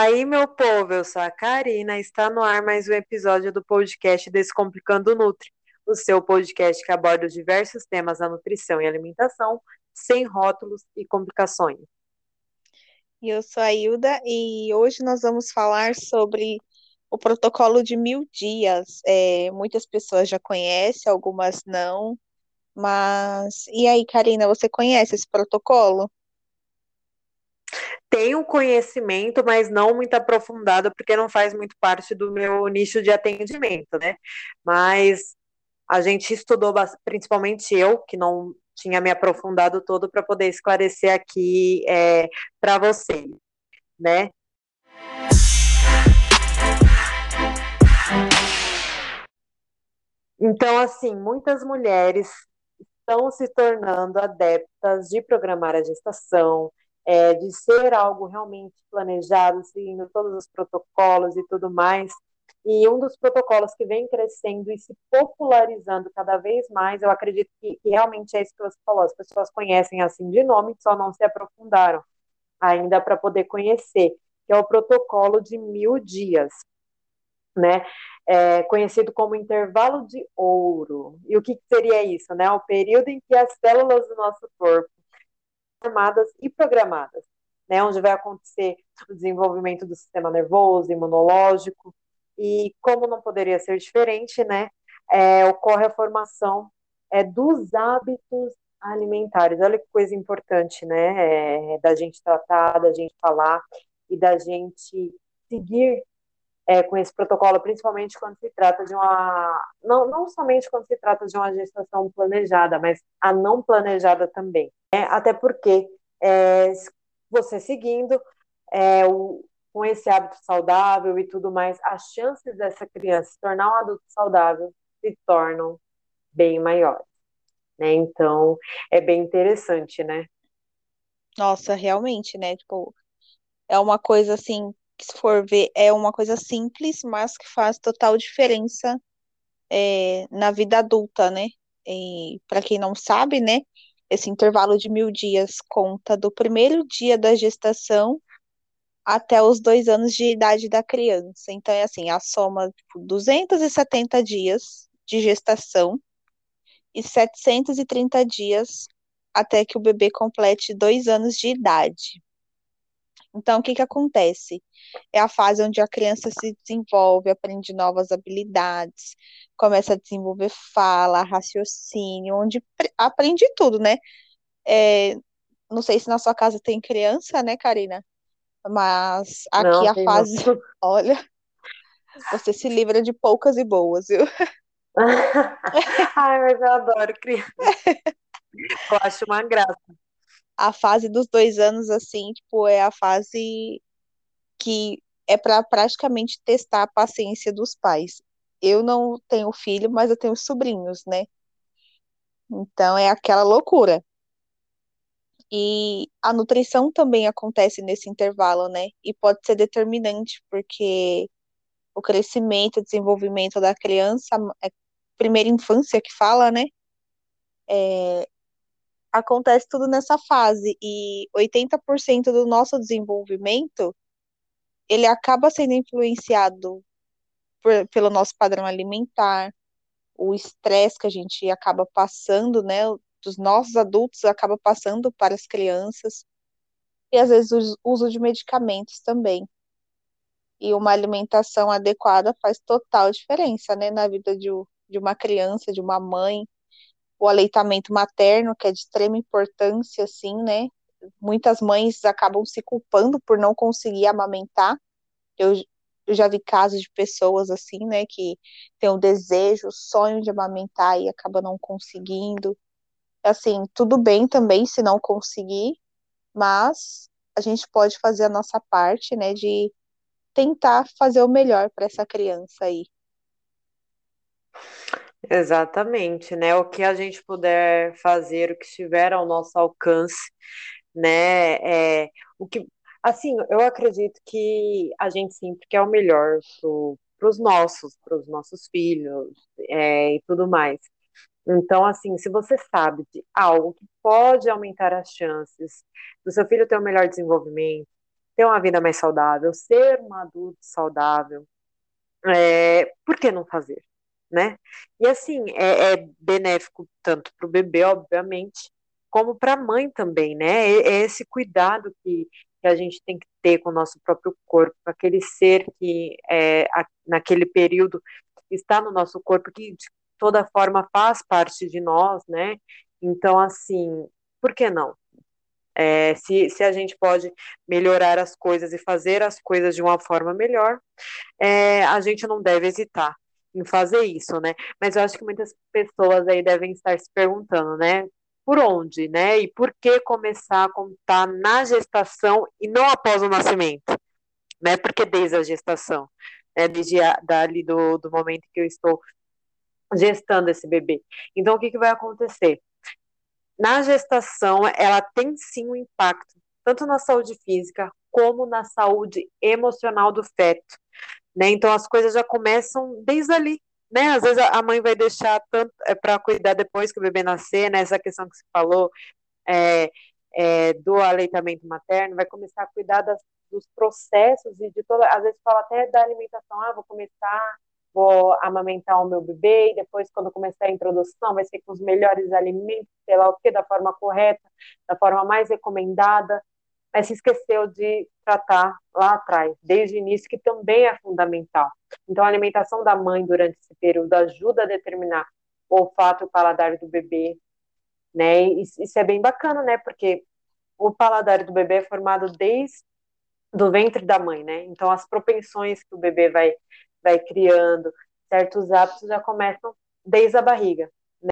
Aí, meu povo, eu sou a Karina, está no ar mais um episódio do podcast Descomplicando o Nutri, o seu podcast que aborda os diversos temas da nutrição e alimentação, sem rótulos e complicações. E eu sou a Hilda e hoje nós vamos falar sobre o protocolo de 1.000 dias. Muitas pessoas já conhecem, algumas não, mas e aí, Karina, você conhece esse protocolo? Tenho conhecimento, mas não muito aprofundado, porque não faz muito parte do meu nicho de atendimento, né? Mas a gente estudou, principalmente eu, que não tinha me aprofundado todo, para poder esclarecer aqui para vocês, né? Então, assim, muitas mulheres estão se tornando adeptas de programar a gestação, de ser algo realmente planejado, seguindo todos os protocolos e tudo mais. E um dos protocolos que vem crescendo e se popularizando cada vez mais, eu acredito que realmente é isso que você falou, as pessoas conhecem assim de nome, só não se aprofundaram ainda para poder conhecer, que é o protocolo de 1.000 dias, né? Conhecido como intervalo de ouro. E o que seria isso, né? O período em que as células do nosso corpo são formadas e programadas, né? Onde vai acontecer o desenvolvimento do sistema nervoso, imunológico, e como não poderia ser diferente, né? Ocorre a formação dos hábitos alimentares. Olha que coisa importante, né? Da gente tratar, da gente falar e da gente seguir com esse protocolo, principalmente quando se trata de uma. Não somente quando se trata de uma gestação planejada, mas a não planejada também. Né? Até porque você seguindo com esse hábito saudável e tudo mais, as chances dessa criança se tornar um adulto saudável se tornam bem maiores. Né? Então, é bem interessante, né? Nossa, realmente, né? Tipo, é uma coisa assim, que se for ver, é uma coisa simples, mas que faz total diferença na vida adulta, né? E para quem não sabe, né? Esse intervalo de 1.000 dias conta do primeiro dia da gestação até os 2 anos de idade da criança. Então, é assim, a soma, tipo, 270 dias de gestação e 730 dias até que o bebê complete 2 anos de idade. Então, o que que acontece? É a fase onde a criança se desenvolve, aprende novas habilidades, começa a desenvolver fala, raciocínio, onde aprende tudo, né? É, não sei se na sua casa tem criança, né, Karina? Mas aqui Não, a tem não. fase, olha, você se livra de poucas e boas, viu? Ai, mas eu adoro criança. Eu acho uma graça. A fase dos 2 anos, assim, tipo, é a fase que é para praticamente testar a paciência dos pais. Eu não tenho filho, mas eu tenho sobrinhos, né? Então é aquela loucura. E a nutrição também acontece nesse intervalo, né? E pode ser determinante, porque o crescimento, o desenvolvimento da criança, é primeira infância que fala, né? Acontece tudo nessa fase e 80% do nosso desenvolvimento, ele acaba sendo influenciado pelo nosso padrão alimentar, o estresse que a gente acaba passando, né, dos nossos adultos acaba passando para as crianças, e às vezes o uso de medicamentos também. E uma alimentação adequada faz total diferença, né, na vida de uma criança, de uma mãe. O aleitamento materno, que é de extrema importância, assim, né? Muitas mães acabam se culpando por não conseguir amamentar. Eu, eu já vi casos de pessoas assim, né, que tem o desejo, o sonho de amamentar e acaba não conseguindo. Assim, tudo bem também se não conseguir, mas a gente pode fazer a nossa parte, né, de tentar fazer o melhor para essa criança aí. Exatamente, né? O que a gente puder fazer, o que estiver ao nosso alcance, né? O que, assim, eu acredito que a gente sempre quer o melhor para os nossos filhos, e tudo mais. Então, assim, se você sabe de algo que pode aumentar as chances do seu filho ter um melhor desenvolvimento, ter uma vida mais saudável, ser um adulto saudável, por que não fazer, né? E assim, é benéfico tanto para o bebê, obviamente, como para a mãe também, né? É esse cuidado que a gente tem que ter com o nosso próprio corpo, aquele ser que naquele período está no nosso corpo, que de toda forma faz parte de nós, né? Então, assim, por que não? Se a gente pode melhorar as coisas e fazer as coisas de uma forma melhor, a gente não deve hesitar em fazer isso, né? Mas eu acho que muitas pessoas aí devem estar se perguntando, né? Por onde, né? E por que começar a contar na gestação e não após o nascimento, né? Porque desde a gestação, né? Desde dali do momento que eu estou gestando esse bebê. Então, o que vai acontecer? Na gestação, ela tem sim um impacto, tanto na saúde física como na saúde emocional do feto, né? Então as coisas já começam desde ali, né? Às vezes a mãe vai deixar tanto para cuidar depois que o bebê nascer, né? Essa questão que você falou é, do aleitamento materno, vai começar a cuidar dos processos e de toda, às vezes fala até da alimentação, vou amamentar o meu bebê e depois quando começar a introdução vai ser com os melhores alimentos, sei lá o que, da forma correta, da forma mais recomendada, mas se esqueceu de tratar lá atrás, desde o início, que também é fundamental. Então, a alimentação da mãe durante esse período ajuda a determinar o olfato e o paladar do bebê, né? E isso é bem bacana, né? Porque o paladar do bebê é formado desde do ventre da mãe, né? Então, as propensões que o bebê vai criando, certos hábitos já começam desde a barriga.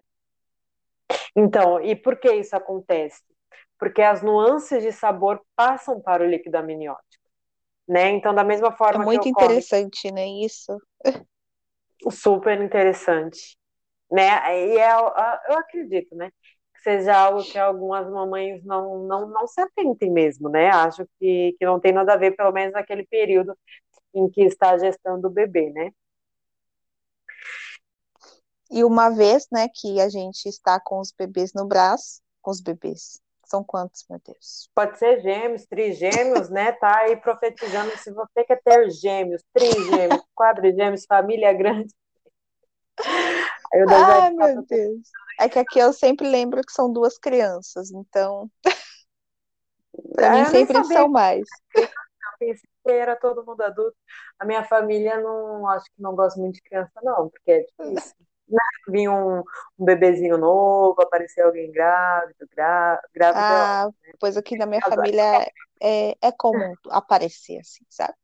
Então, e por que isso acontece? Porque as nuances de sabor passam para o líquido amniótico, né? Então, da mesma É forma que muito ocorre interessante, né? Isso. o super interessante, né? E eu acredito, né? Que seja algo que algumas mamães não se atentem mesmo, né? Acho que não tem nada a ver, pelo menos naquele período em que está gestando o bebê, né? E uma vez, né, que a gente está com os bebês no braço, com os bebês. São quantos, meu Deus? Pode ser gêmeos, trigêmeos, né? Tá aí profetizando, se você quer ter gêmeos, trigêmeos, quadrigêmeos, família grande, aí o Deus vai Ai, ficar meu Deus. É que aqui eu sempre lembro que são duas crianças, então, para mim eu nem sempre sabia são que mais. pensei que era todo mundo adulto. A minha família não, acho que não gosta muito de criança, não, porque é difícil. Né? Vir um bebezinho novo, aparecer alguém grávido, grávida é Ah, ótimo, né? pois aqui na minha Casar. família é comum aparecer assim, sabe?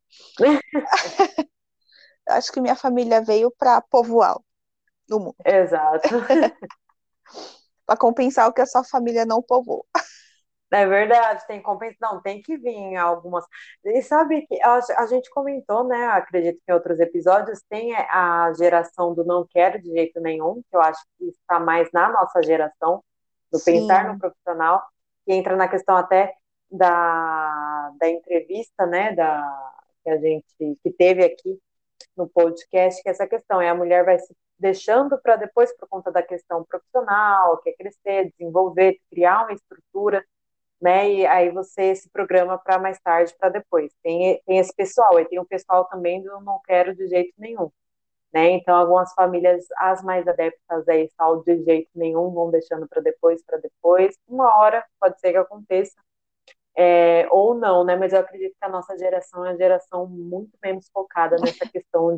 Acho que minha família veio para povoar o mundo, Exato. para compensar o que a sua família não povoou. É verdade, tem compensa, não, tem que vir algumas. E sabe que a gente comentou, né? Acredito que em outros episódios tem a geração do não quero de jeito nenhum, que eu acho que está mais na nossa geração, do pensar no Sim, profissional, que entra na questão até da entrevista, né? Que a gente que teve aqui no podcast, que essa questão é a mulher vai se deixando para depois por conta da questão profissional, quer crescer, desenvolver, criar uma estrutura, né? E aí você se programa para mais tarde, para depois. Tem esse pessoal, e tem o pessoal também do não quero de jeito nenhum, né? Então algumas famílias, as mais adeptas a esse tal de jeito nenhum, vão deixando para depois, para depois. Uma hora pode ser que aconteça, ou não, né? Mas eu acredito que a nossa geração é uma geração muito menos focada nessa questão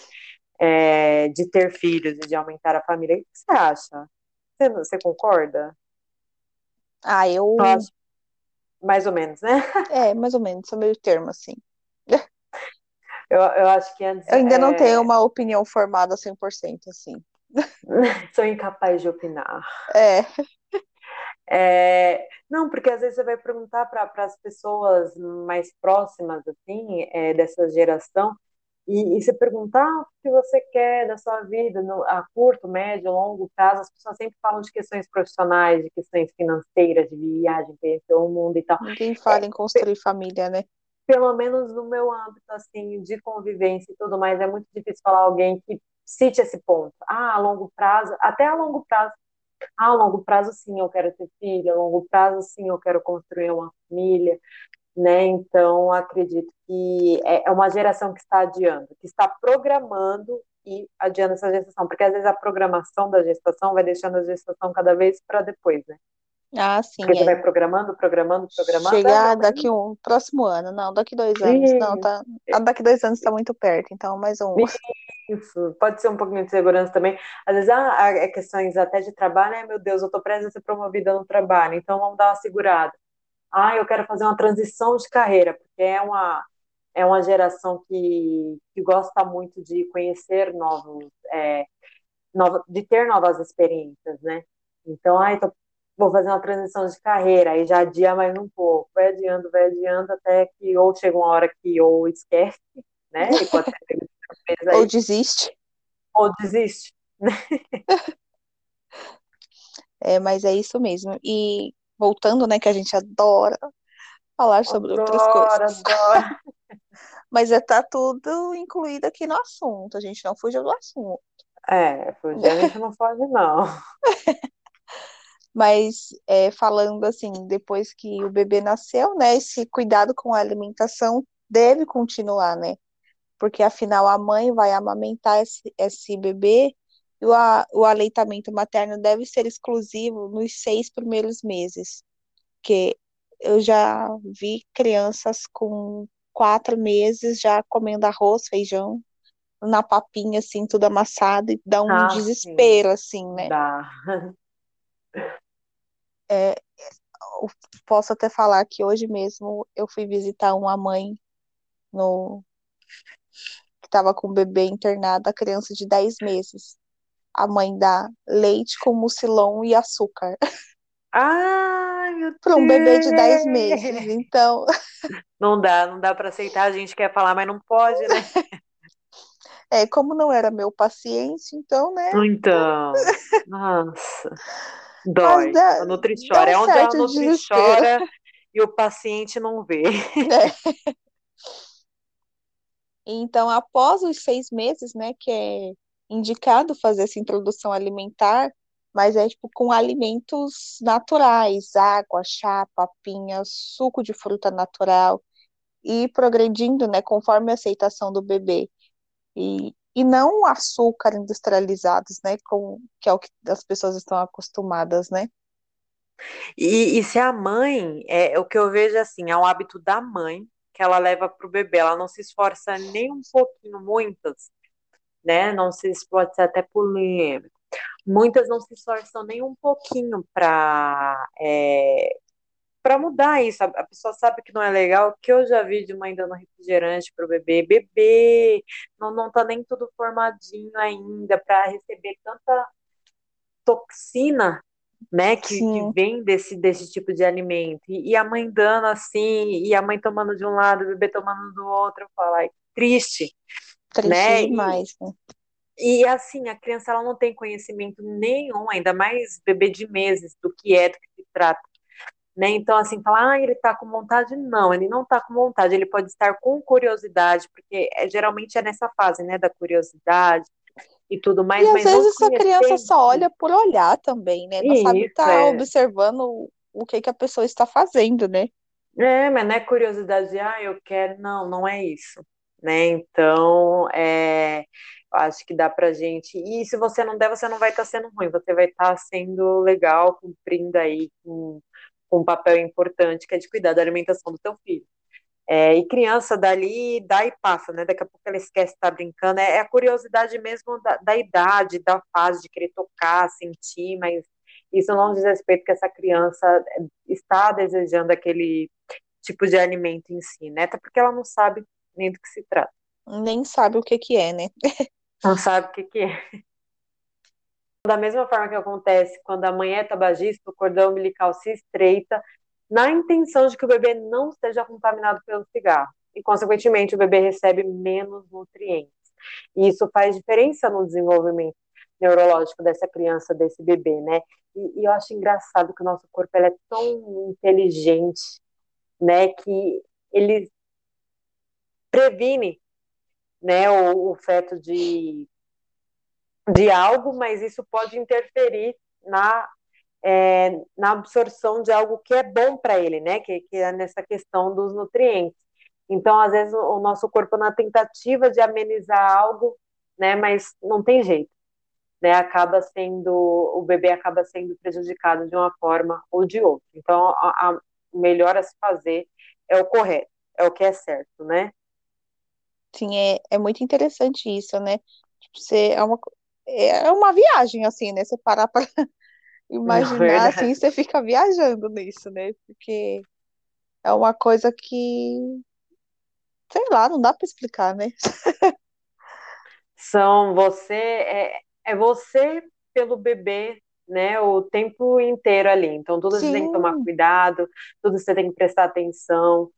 de ter filhos e de aumentar a família. O que você acha? Você concorda? ah, Eu eu, acho mais ou menos, né? mais ou menos, sou meio termo, assim. Eu acho que antes Eu ainda não tenho uma opinião formada 100% assim. sou incapaz de opinar. É, Não, porque às vezes você vai perguntar para as pessoas mais próximas, assim, dessa geração, e você perguntar o que você quer da sua vida a curto, médio, longo prazo, as pessoas sempre falam de questões profissionais, de questões financeiras, de viagem, conhecer o mundo e tal. ninguém É, fala em construir família, né? pelo menos no meu âmbito, assim, de convivência e tudo mais, é muito difícil falar alguém que cite esse ponto. Ah, a longo prazo, até a longo prazo. Ah, a longo prazo, sim, eu quero ter filho. A longo prazo, sim, eu quero construir uma família, né? Então, acredito que é uma geração que está adiando, que está programando e adiando essa gestação, porque às vezes a programação da gestação vai deixando a gestação cada vez para depois, né? Ah, Porque sim, você é. vai programando, programando, programando. Ah, Chegar não, mas daqui um próximo ano, não, daqui 2 anos. Não, não. tá. Daqui 2 anos tá muito perto, então mais um. Isso, pode ser um pouquinho de segurança também. Às vezes, é questões até de trabalho, né? Meu Deus, eu tô prestes a ser promovida no trabalho, então vamos dar uma segurada. Ah, eu quero fazer uma transição de carreira, porque é uma geração que gosta muito de conhecer de ter novas experiências, né? Então, vou fazer uma transição de carreira, aí já adia mais um pouco, vai adiando, até que ou chega uma hora que ou esquece, né? E pode ser pego de surpresa Ou aí, desiste. ou desiste. É, mas é isso mesmo. E voltando, né, que a gente adora falar sobre outras coisas. Adoro, adoro. Mas tá tudo incluído aqui no assunto. A gente não fugiu do assunto. É, fugir a gente não pode, não. Mas falando assim, depois que o bebê nasceu, né, esse cuidado com a alimentação deve continuar, né? Porque afinal a mãe vai amamentar esse bebê e o aleitamento materno deve ser exclusivo nos 6 primeiros meses. Porque eu já vi crianças com 4 meses já comendo arroz, feijão, na papinha, assim, tudo amassado, e dá um Ah, sim, desespero, assim, né? dá. É, eu posso até falar que hoje mesmo eu fui visitar uma mãe no, que estava com o bebê internado, a criança de 10 meses. A mãe dá leite com mucilon e açúcar Ai, meu para um bebê de 10 meses. Deus! Então, Não dá para aceitar. A gente quer falar, mas não pode, né? como não era meu paciente, então, né? Então, nossa, Mas dói. A Nutri dá chora. um É onde a certo Nutri desespero, chora e o paciente não vê. né? Então, após os 6 meses, né, que é indicado fazer essa introdução alimentar, mas é tipo com alimentos naturais, água, chá, papinha, suco de fruta natural, e ir progredindo, né, conforme a aceitação do bebê. E não açúcar industrializados, né, que é o que as pessoas estão acostumadas, né? E se a mãe, o que eu vejo assim, é um hábito da mãe que ela leva para o bebê, ela não se esforça nem um pouquinho, muitas, né? Não se pode ser até polêmico. Muitas não se esforçam nem um pouquinho para mudar isso. A pessoa sabe que não é legal, que eu já vi de mãe dando refrigerante para o bebê, não tá nem tudo formadinho ainda para receber tanta toxina, né, que Sim, vem desse tipo de alimento. E a mãe dando assim, e a mãe tomando de um lado, o bebê tomando do outro, eu falo, ai, triste, triste né? demais, né? E assim, a criança ela não tem conhecimento nenhum, ainda mais bebê de meses, do que se trata. Né? Então, assim, falar, ele está com vontade, não, ele não está com vontade, ele pode estar com curiosidade, porque geralmente é nessa fase, né, da curiosidade e tudo E mais, às mas não vezes a criança conhecer só olha por olhar também, né? Não sabe isso, estar observando o que que a pessoa está fazendo, né? mas não é curiosidade de, eu quero, não é isso, né? Então, eu acho que dá pra gente, e se você não der, você não vai estar sendo ruim, você vai estar sendo legal, cumprindo aí com um papel importante, que é de cuidar da alimentação do teu filho. E criança dali dá e passa, né? Daqui a pouco ela esquece de estar brincando. É a curiosidade mesmo da idade, da fase de querer tocar, sentir, mas isso não diz respeito que essa criança está desejando aquele tipo de alimento em si, né? Até porque ela não sabe nem do que se trata. Nem sabe o que que é, né? Não sabe o que que é. Da mesma forma que acontece quando a mãe é tabagista, o cordão umbilical se estreita na intenção de que o bebê não esteja contaminado pelo cigarro. E, consequentemente, o bebê recebe menos nutrientes. E isso faz diferença no desenvolvimento neurológico dessa criança, desse bebê, né? E eu acho engraçado que o nosso corpo ele é tão inteligente, né, que ele previne, né, o feto de algo, mas isso pode interferir na na absorção de algo que é bom para ele, né? Que é nessa questão dos nutrientes. Então, às vezes, o nosso corpo, na tentativa de amenizar algo, né? Mas não tem jeito, né? O bebê acaba sendo prejudicado de uma forma ou de outra. Então, o melhor a se fazer é o correto, é o que é certo, né? Sim, é muito interessante isso, né? Tipo, é uma viagem, assim, né? Você parar para imaginar, assim, Verdade. você fica viajando nisso, né? Porque é uma coisa que, sei lá, não dá para explicar, né? É você pelo bebê, né, o tempo inteiro ali. Então, tudo você tem que tomar Sim, cuidado, tudo você tem que prestar atenção,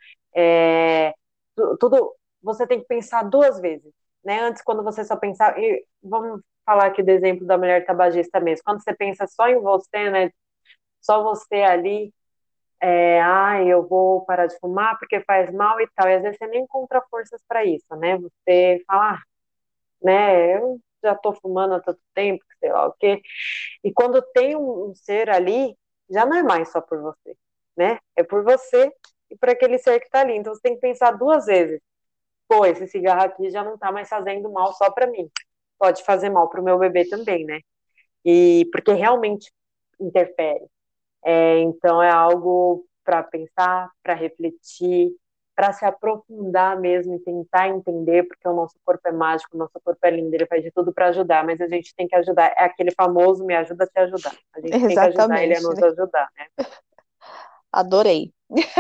tudo você tem que pensar duas vezes, né? Antes, quando você só pensar, e vamos falar aqui do exemplo da mulher tabagista mesmo, quando você pensa só em você, né, só você ali, eu vou parar de fumar porque faz mal e tal, e às vezes você nem encontra forças para isso, né? Você fala, né? Eu já estou fumando há tanto tempo, sei lá o quê. E quando tem um ser ali, já não é mais só por você, né? É por você e por aquele ser que está ali. Então você tem que pensar duas vezes. Pô, esse cigarro aqui já não está mais fazendo mal só para mim. Pode fazer mal para o meu bebê também, né? E porque realmente interfere. Então é algo para pensar, para refletir, para se aprofundar mesmo e tentar entender, porque o nosso corpo é mágico, o nosso corpo é lindo, ele faz de tudo para ajudar, mas a gente tem que ajudar. É aquele famoso me ajuda a te ajudar. A gente tem que ajudar ele a exatamente, nos né? ajudar, né? Adorei.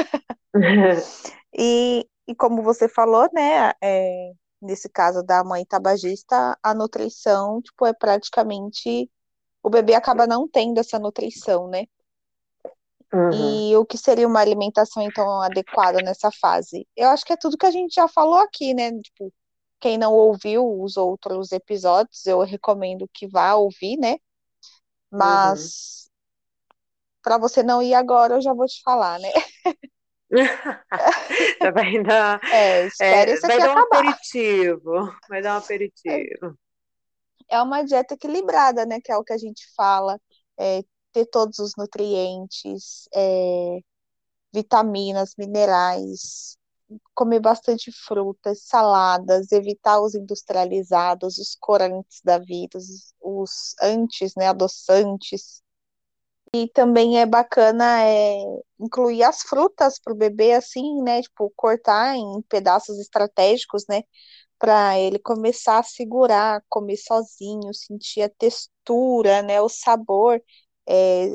E como você falou, né, nesse caso da mãe tabagista, a nutrição, tipo, é praticamente, o bebê acaba não tendo essa nutrição, né? Uhum. E o que seria uma alimentação, então, adequada nessa fase? Eu acho que é tudo que a gente já falou aqui, né? Tipo, quem não ouviu os outros episódios, eu recomendo que vá ouvir, né? Uhum. Mas para você não ir agora, eu já vou te falar, né? Vai dar, Espere esse aqui vai dar um acabar. aperitivo. Vai dar um aperitivo. É uma dieta equilibrada, né? Que é o que a gente fala, ter todos os nutrientes, vitaminas, minerais, comer bastante frutas, saladas, evitar os industrializados, os corantes da vida, os antes, né, adoçantes. E também é bacana incluir as frutas para o bebê, assim, né, tipo, cortar em pedaços estratégicos, né, para ele começar a segurar, comer sozinho, sentir a textura, né, o sabor. É,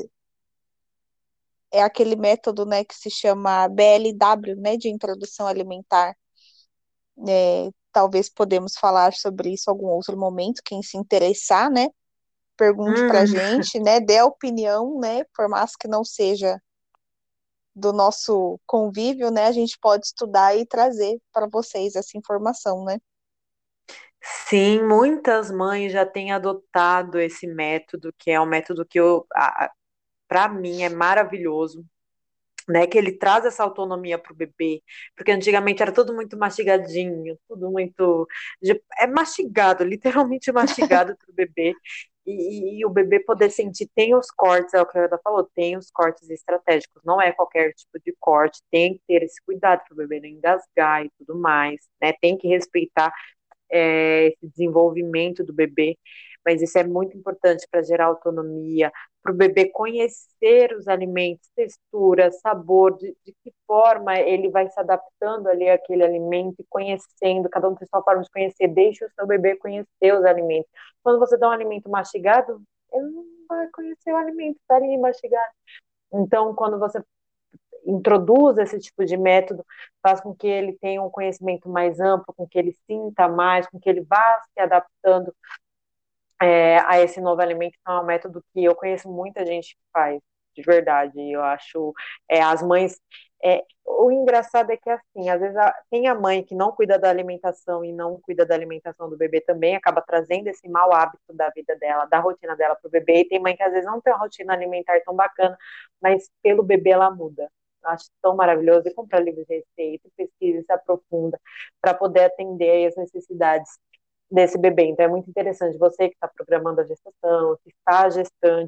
é aquele método, né, que se chama BLW, né, de introdução alimentar. Talvez podemos falar sobre isso em algum outro momento, quem se interessar, né, pergunte para a Hum. gente, né, dê a opinião, né, por mais que não seja do nosso convívio, né, a gente pode estudar e trazer para vocês essa informação, né? Sim, muitas mães já têm adotado esse método, que é um método que para mim é maravilhoso, né? Que ele traz essa autonomia para o bebê, porque antigamente era tudo muito mastigadinho, tudo muito é mastigado, literalmente mastigado para o bebê. E o bebê poder sentir, tem os cortes, é o que a Ana falou, tem os cortes estratégicos, não é qualquer tipo de corte, tem que ter esse cuidado para o bebê não engasgar e tudo mais, né? Tem que respeitar esse desenvolvimento do bebê, mas isso é muito importante para gerar autonomia, para o bebê conhecer os alimentos, textura, sabor, de que forma ele vai se adaptando ali àquele alimento e conhecendo, cada um tem sua forma de conhecer, deixe o seu bebê conhecer os alimentos. Quando você dá um alimento mastigado, ele não vai conhecer o alimento, está ali mastigado. Então, quando você introduz esse tipo de método, faz com que ele tenha um conhecimento mais amplo, com que ele sinta mais, com que ele vá se adaptando a esse novo alimento. Então, é um método que eu conheço muita gente que faz, de verdade. Eu acho, as mães. O engraçado é que, assim, às vezes tem a mãe que não cuida da alimentação e não cuida da alimentação do bebê também, acaba trazendo esse mau hábito da vida dela, da rotina dela para o bebê. E tem mãe que às vezes não tem uma rotina alimentar tão bacana, mas pelo bebê ela muda. Eu acho tão maravilhoso. E compra livros de receita, pesquisa, se aprofunda, para poder atender as necessidades desse bebê. Então é muito interessante você que está programando a gestação, que está gestante,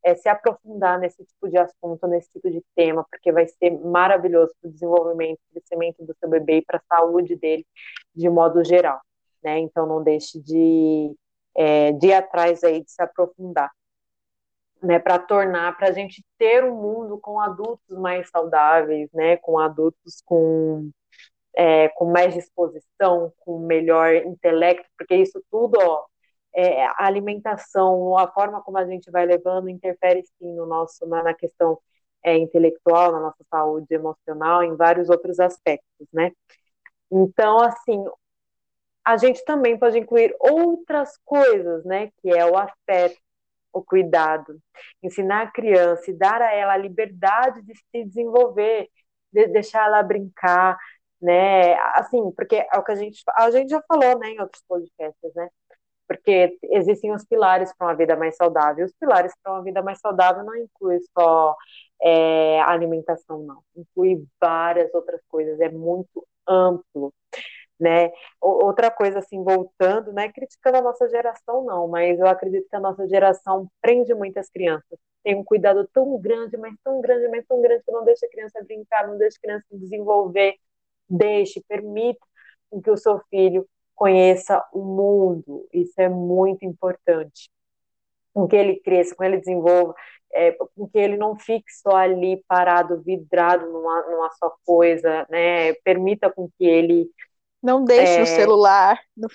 se aprofundar nesse tipo de assunto, nesse tipo de tema, porque vai ser maravilhoso para o desenvolvimento, crescimento do seu bebê e para a saúde dele de modo geral, né? Então não deixe de ir atrás aí, de se aprofundar, né? Para a gente ter um mundo com adultos mais saudáveis, né? Com adultos com mais disposição, com melhor intelecto, porque isso tudo, ó, a alimentação, a forma como a gente vai levando, interfere sim no na questão intelectual, na nossa saúde emocional, em vários outros aspectos, né? Então, assim, a gente também pode incluir outras coisas, né? Que é o afeto, o cuidado, ensinar a criança e dar a ela a liberdade de se desenvolver, deixar ela brincar, né? Assim, porque é o que a gente já falou, né, em outros podcasts, né? Porque existem os pilares para uma vida mais saudável. Os pilares para uma vida mais saudável não inclui só alimentação, não. Inclui várias outras coisas. É muito amplo, né? Outra coisa, assim, voltando, não é criticando a nossa geração, não, mas eu acredito que a nossa geração prende muitas crianças. Tem um cuidado tão grande, mas tão grande, mas tão grande, que não deixa a criança brincar, não deixa a criança desenvolver. Deixe, permita que o seu filho conheça o mundo. Isso é muito importante. Com que ele cresça, com que ele desenvolva, com que ele não fique só ali parado, vidrado numa só coisa, né? Permita com que ele Não deixe o celular.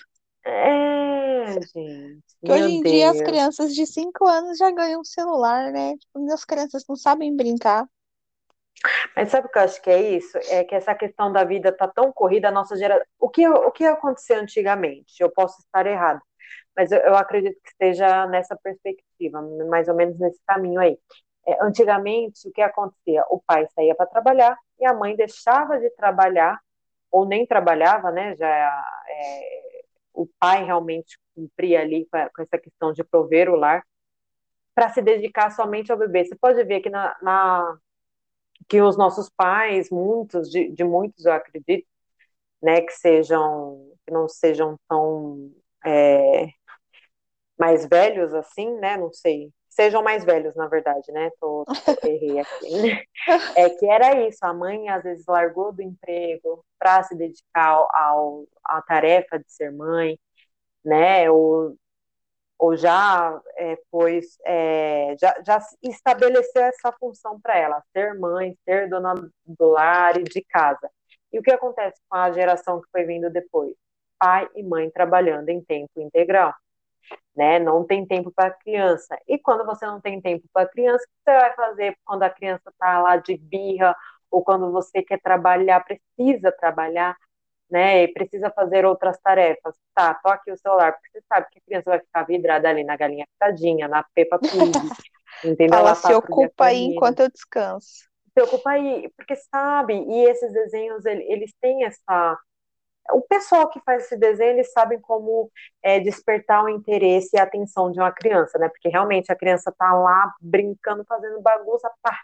gente, Que hoje meu em dia as Deus. crianças de 5 anos já ganham um celular, né? Tipo, as crianças não sabem brincar. Mas sabe o que eu acho que é isso? É que essa questão da vida tá tão corrida, a nossa geração. O que aconteceu antigamente? Eu posso estar errado, mas eu acredito que esteja nessa perspectiva, mais ou menos nesse caminho aí. Antigamente, o que acontecia? O pai saía para trabalhar e a mãe deixava de trabalhar, ou nem trabalhava, né? O pai realmente cumpria ali com essa questão de prover o lar, para se dedicar somente ao bebê. Você pode ver que que os nossos pais, muitos, de muitos, eu acredito, né, que não sejam tão mais velhos assim, né, não sei, sejam mais velhos, na verdade, né, errei aqui, né? É que era isso, a mãe às vezes largou do emprego para se dedicar à tarefa de ser mãe, né, ou já já estabeleceu essa função para ela, ser mãe, ser dona do lar e de casa. E o que acontece com a geração que foi vindo depois? Pai e mãe trabalhando em tempo integral, né? Não tem tempo para a criança. E quando você não tem tempo para a criança, o que você vai fazer quando a criança está lá de birra ou quando você quer trabalhar, precisa trabalhar, né? E precisa fazer outras tarefas. Tá, toque o celular, porque você sabe que a criança vai ficar vidrada ali na galinha pitadinha, na Peppa Pig, entendeu? Fala, La se Patrulha ocupa aí Canina. enquanto eu descanso. Se ocupa aí, porque sabe, e esses desenhos, eles têm essa. O pessoal que faz esse desenho, eles sabem como despertar o interesse e a atenção de uma criança, né? Porque realmente a criança tá lá brincando, fazendo bagunça, pá,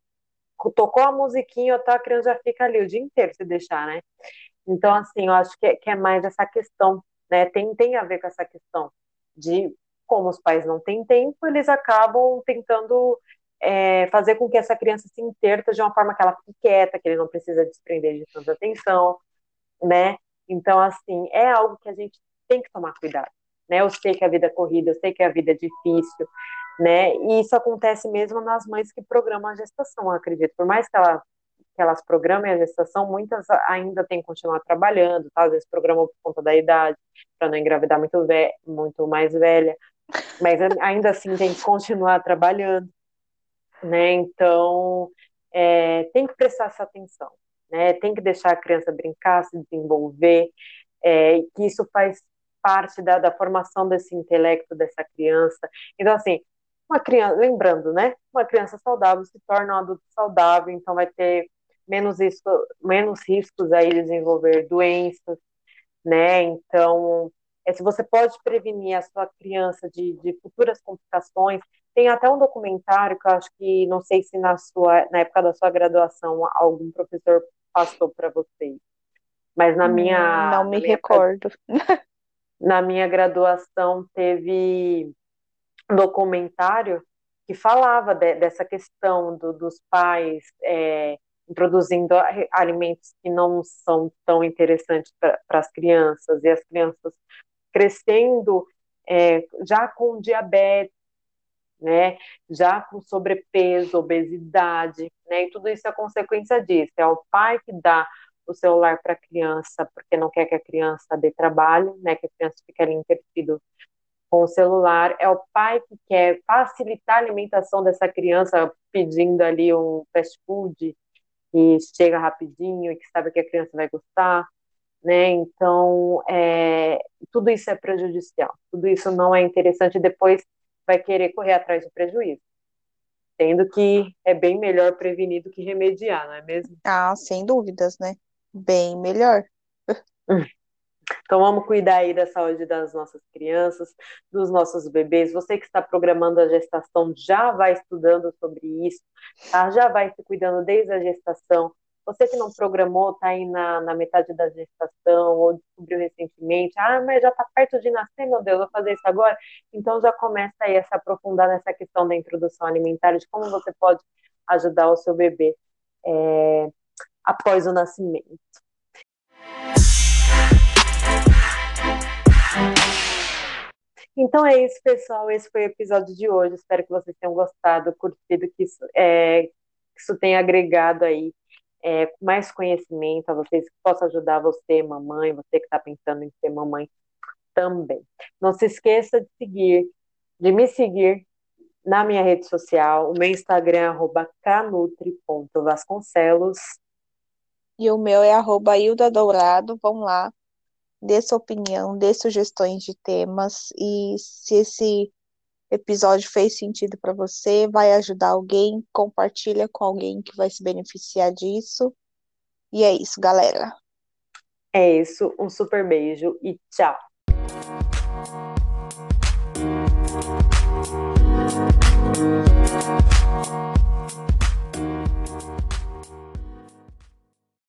tocou a musiquinha, tá, a criança já fica ali o dia inteiro se deixar, né? Então, assim, eu acho que é mais essa questão, né? Tem a ver com essa questão de como os pais não têm tempo, eles acabam tentando fazer com que essa criança se interta de uma forma que ela fique quieta, que ele não precisa desprender de tanta atenção, né? Então, assim, é algo que a gente tem que tomar cuidado, né? Eu sei que a vida é corrida, eu sei que a vida é difícil, né? E isso acontece mesmo nas mães que programam a gestação, eu acredito. Por mais que elas programem a gestação, muitas ainda têm que continuar trabalhando, tá? Às vezes programam por conta da idade, para não engravidar muito mais velha, mas ainda assim tem que continuar trabalhando, né? Então, tem que prestar essa atenção, né? Tem que deixar a criança brincar, se desenvolver, que isso faz parte da formação desse intelecto dessa criança. Então, assim, uma criança, lembrando, né? Uma criança saudável se torna um adulto saudável, então vai ter menos riscos aí de desenvolver doenças, né? Então, se você pode prevenir a sua criança de futuras complicações, tem até um documentário que eu acho que, não sei se na época da sua graduação, algum professor passou para vocês, mas Não me recordo. na minha graduação teve um documentário que falava dessa questão dos pais introduzindo alimentos que não são tão interessantes para as crianças, e as crianças crescendo já com diabetes, né, já com sobrepeso, obesidade, né, e tudo isso é consequência disso. É o pai que dá o celular para a criança porque não quer que a criança dê trabalho, né, que a criança fique ali intertido com o celular. É o pai que quer facilitar a alimentação dessa criança pedindo ali um fast food que chega rapidinho e que sabe que a criança vai gostar, né? Então, tudo isso é prejudicial, tudo isso não é interessante, depois vai querer correr atrás do prejuízo, sendo que é bem melhor prevenir do que remediar, não é mesmo? Ah, sem dúvidas, né? Bem melhor. Então, vamos cuidar aí da saúde das nossas crianças, dos nossos bebês. Você que está programando a gestação, já vai estudando sobre isso, tá? Já vai se cuidando desde a gestação. Você que não programou, está aí na metade da gestação ou descobriu recentemente, mas já está perto de nascer, meu Deus, vou fazer isso agora. Então, já começa aí a se aprofundar nessa questão da introdução alimentar, de como você pode ajudar o seu bebê após o nascimento. Então é isso, pessoal. Esse foi o episódio de hoje. Espero que vocês tenham gostado, curtido, que isso tenha agregado aí mais conhecimento a vocês, que possa ajudar você, mamãe, você que está pensando em ser mamãe também. Não se esqueça de me seguir na minha rede social. O meu Instagram é @canutri.vasconcelos. E o meu é @hildadourado. Vão lá, dê sua opinião, dê sugestões de temas. E se esse episódio fez sentido para você, vai ajudar alguém, compartilha com alguém que vai se beneficiar disso. E é isso, galera. É isso, um super beijo e tchau!